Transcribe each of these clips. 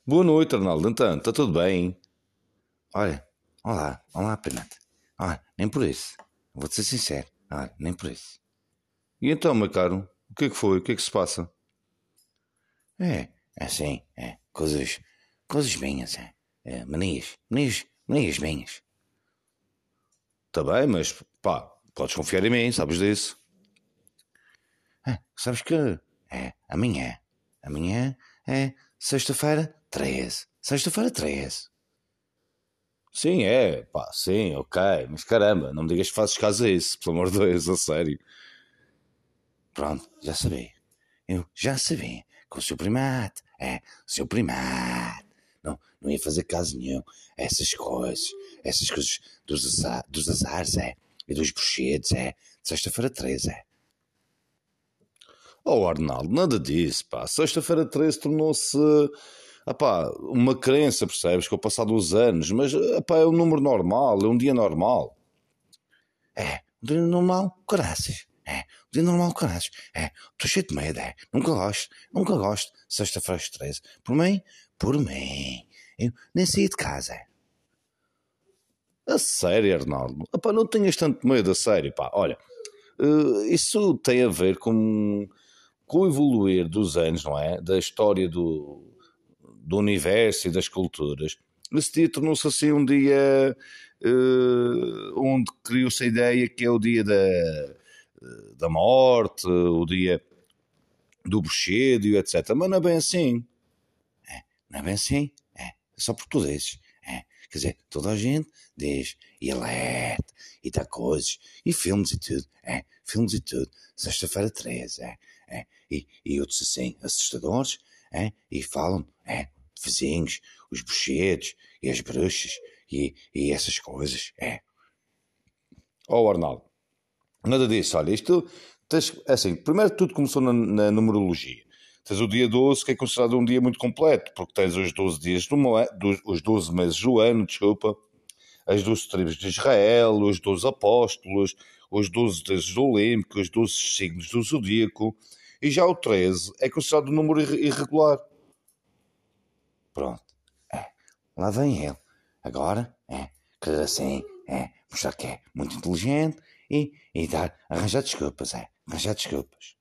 Boa noite, Arnaldo. Então, está tudo bem? Olha, olá, Penata. Olha, nem por isso. Vou-te ser sincero. Olha, nem por isso. E então, meu caro, o que é que foi? O que é que se passa? É assim, coisas minhas, manias minhas. Está bem, mas pá, podes confiar em mim, sabes disso? Sabes que amanhã é sexta-feira 13. Sexta-feira 13. Sim, pá, sim, ok, mas caramba, não me digas que fazes caso a isso, pelo amor de Deus, a sério. Pronto, já sabia. Eu já sabia que o seu primate, não ia fazer caso nenhum a essas coisas dos azares, e dos bruxedos, sexta-feira 13, Oh, Arnaldo, nada disso, pá, sexta-feira 13 tornou-se, uma crença, percebes, com o passar dos anos, mas, é um número normal, é um dia normal. Um dia normal, caraças. Um dia normal, caraças. Estou cheio de medo, nunca gosto. Sexta-feira 13. Por mim. Eu nem saí de casa. A sério, Arnaldo? Não tenhas tanto medo, a sério, pá. Olha, isso tem a ver com o evoluir dos anos, não é? Da história do universo e das culturas. Esse dia tornou-se assim um dia onde criou-se a ideia que é o dia da morte, o dia do bruxedo, etc. Mas não é bem assim. Não é bem assim. É só porque tu dizes. Quer dizer, toda a gente diz, e alerta, e dá coisas, e filmes e tudo. Filmes e tudo. Sexta-feira 13. E outros assim, assustadores. E falam, vizinhos, os bruxedos, e as bruxas, e essas coisas. Oh, Arnaldo. Nada disso, olha, isto assim, primeiro tudo começou na numerologia. Tens o dia 12, que é considerado um dia muito completo, porque tens os 12 dias os 12 meses do ano, desculpa, as 12 tribos de Israel, os 12 apóstolos, os 12 deuses olímpicos, os 12 signos do zodíaco, e já o 13 é considerado um número irregular. Pronto, lá vem ele. Agora, querer assim, mostrar que é muito inteligente e arranjar desculpas, arranjar desculpas.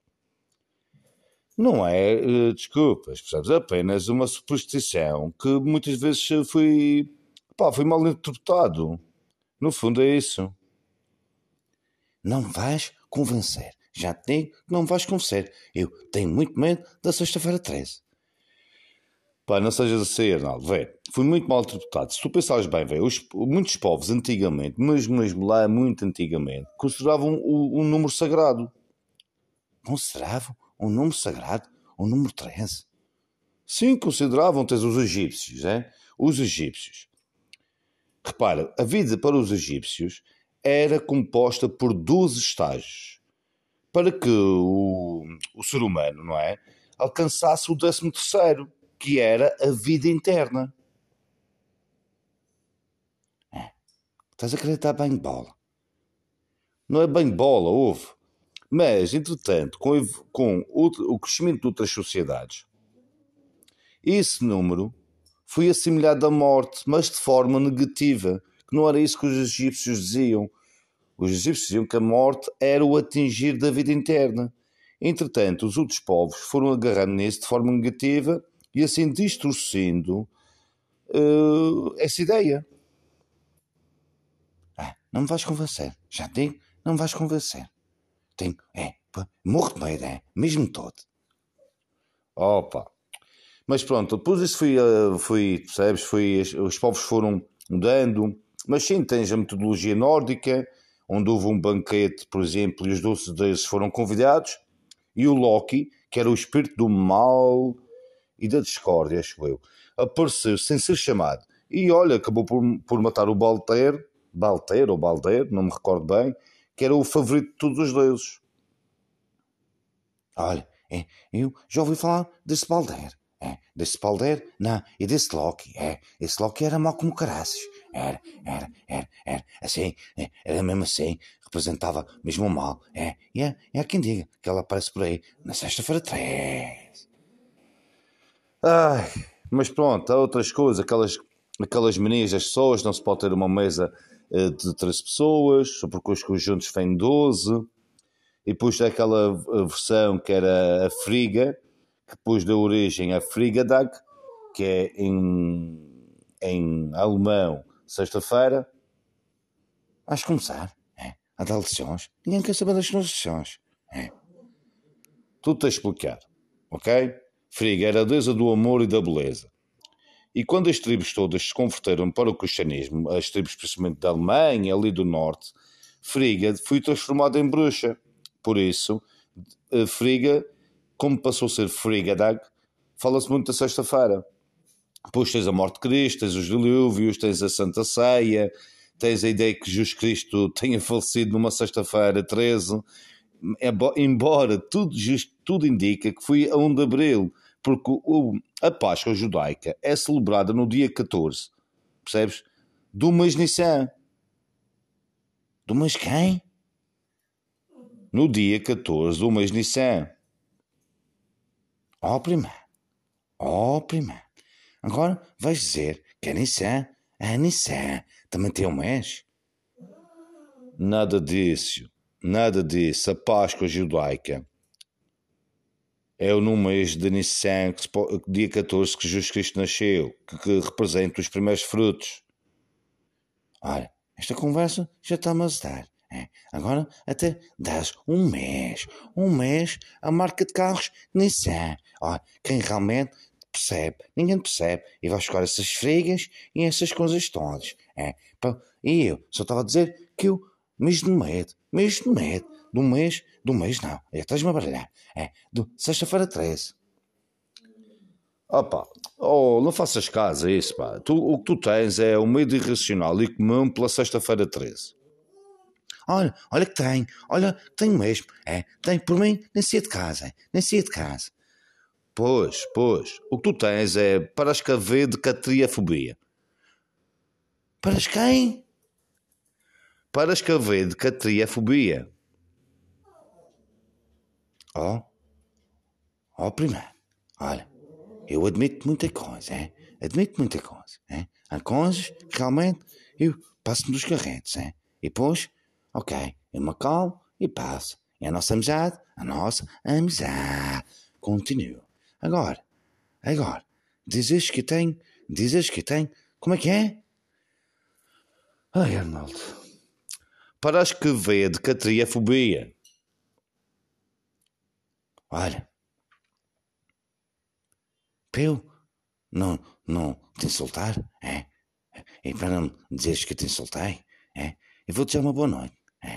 Não é desculpas, percebes? É apenas uma superstição que muitas vezes foi mal interpretado. No fundo é isso. Não vais convencer. Já te digo que não vais convencer. Eu tenho muito medo da sexta-feira 13. Pá, não sejas assim, Arnaldo. Vê, foi muito mal interpretado. Se tu pensares bem, vê, muitos povos antigamente, mesmo lá muito antigamente, consideravam o número sagrado. Consideravam um número sagrado, o número 13. Sim, consideravam, tens os egípcios, Os egípcios. Repara, a vida para os egípcios era composta por 12 estágios. Para que o ser humano, não é? Alcançasse o 13º, que era a vida interna. Estás a acreditar bem de bola. Não é bem bola, houve. Mas, entretanto, com o crescimento de outras sociedades, esse número foi assimilado à morte, mas de forma negativa, que não era isso que os egípcios diziam. Os egípcios diziam que a morte era o atingir da vida interna. Entretanto, os outros povos foram agarrando nisso de forma negativa e assim distorcendo essa ideia. Não me vais convencer. Já te digo, não me vais convencer. Morro de medo, mesmo todo. Opa. Mas pronto, depois isso percebes, os povos foram mudando, mas sim, tens a metodologia nórdica, onde houve um banquete, por exemplo, e os 12 deuses foram convidados, e o Loki, que era o espírito do mal e da discórdia, acho eu, apareceu sem ser chamado. E olha, acabou por matar o Balder, não me recordo bem, que era o favorito de todos os deuses. Olha, eu já ouvi falar desse Balder. Desse Balder, não, e desse Loki, esse Loki era mau como caraças, era, assim, era mesmo assim, representava mesmo o mal, e há quem diga que ela aparece por aí, na sexta-feira 13. Ai, Mas pronto, há outras coisas, aquelas manias das pessoas, não se pode ter uma mesa de 13 pessoas, só porque os conjuntos vêm 12. E depois aquela versão que era a Friga, que depois deu origem à Frigadag, que é em alemão, sexta-feira. Vais começar a dar lições. Ninguém quer saber das tuas lições. Tudo te a explicar, ok? Friga era a deusa do amor e da beleza. E quando as tribos todas se converteram para o cristianismo, as tribos principalmente da Alemanha, ali do norte, Friga foi transformada em bruxa. Por isso, Friga, como passou a ser Frigadag, fala-se muito da sexta-feira. Depois tens a morte de Cristo, tens os dilúvios, tens a Santa Ceia, tens a ideia que Jesus Cristo tenha falecido numa sexta-feira 13, embora tudo indica que foi a 1 de Abril, porque a Páscoa judaica é celebrada no dia 14, percebes? Do mês Nissan. Do mês quem? No dia 14 do mês Nissan. Prima. Agora vais dizer que a Nissan também tem um mês? Nada disso. A Páscoa judaica é no mês de Nissan, dia 14, que Jesus Cristo nasceu, que representa os primeiros frutos. Olha, esta conversa já está-me a azedar. Agora até dás um mês a marca de carros Nissan. Olha, quem realmente percebe, ninguém percebe, e vai buscar essas fregas e essas coisas todas. E eu só estava a dizer que o mês do mês não, estás-me a baralhar, sexta-feira 13. Não faças caso a isso, pá. O que tu tens é um medo irracional e comum pela sexta-feira 13. Olha que tenho mesmo, tenho por mim, nem saia de casa. Pois, o que tu tens é parascavedcatriafobia. Paras quem? Parascavedcatriafobia. Prima, olha, eu admito muita coisa. Há coisas que realmente eu passo-me dos carretos, E depois, ok, eu me acalmo e passo. É a nossa amizade, continua. Agora, dizes que tem, como é que é? Ai, Arnaldo. Parascavedcatriafobia. Olha, para eu não te insultar, e para não dizeres que te insultei, eu vou-te dar uma boa noite,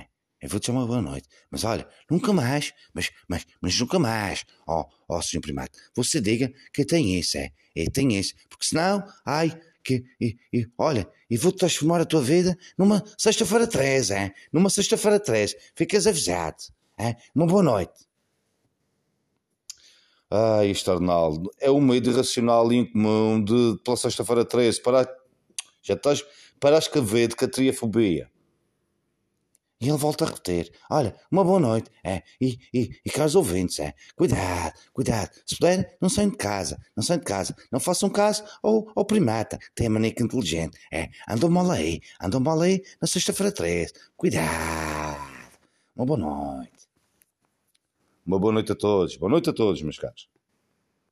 mas olha, nunca mais, mas nunca mais, senhor primate, você diga que tem isso, tem isso, porque senão, olha, e vou-te transformar a tua vida numa sexta-feira 13, ficas avisado, uma boa noite. Isto, Arnaldo, é um medo irracional e incomum pela sexta-feira 13. Já estás para escrever de catriafobia. E ele volta a repetir. Olha, uma boa noite. E caros ouvintes, cuidado. Se puder, não saiam de casa. Não façam caso ao primata. Tem a maneira inteligente. Andam mal aí na sexta-feira 13. Cuidado. Uma boa noite. Uma boa noite a todos. Boa noite a todos, meus caros.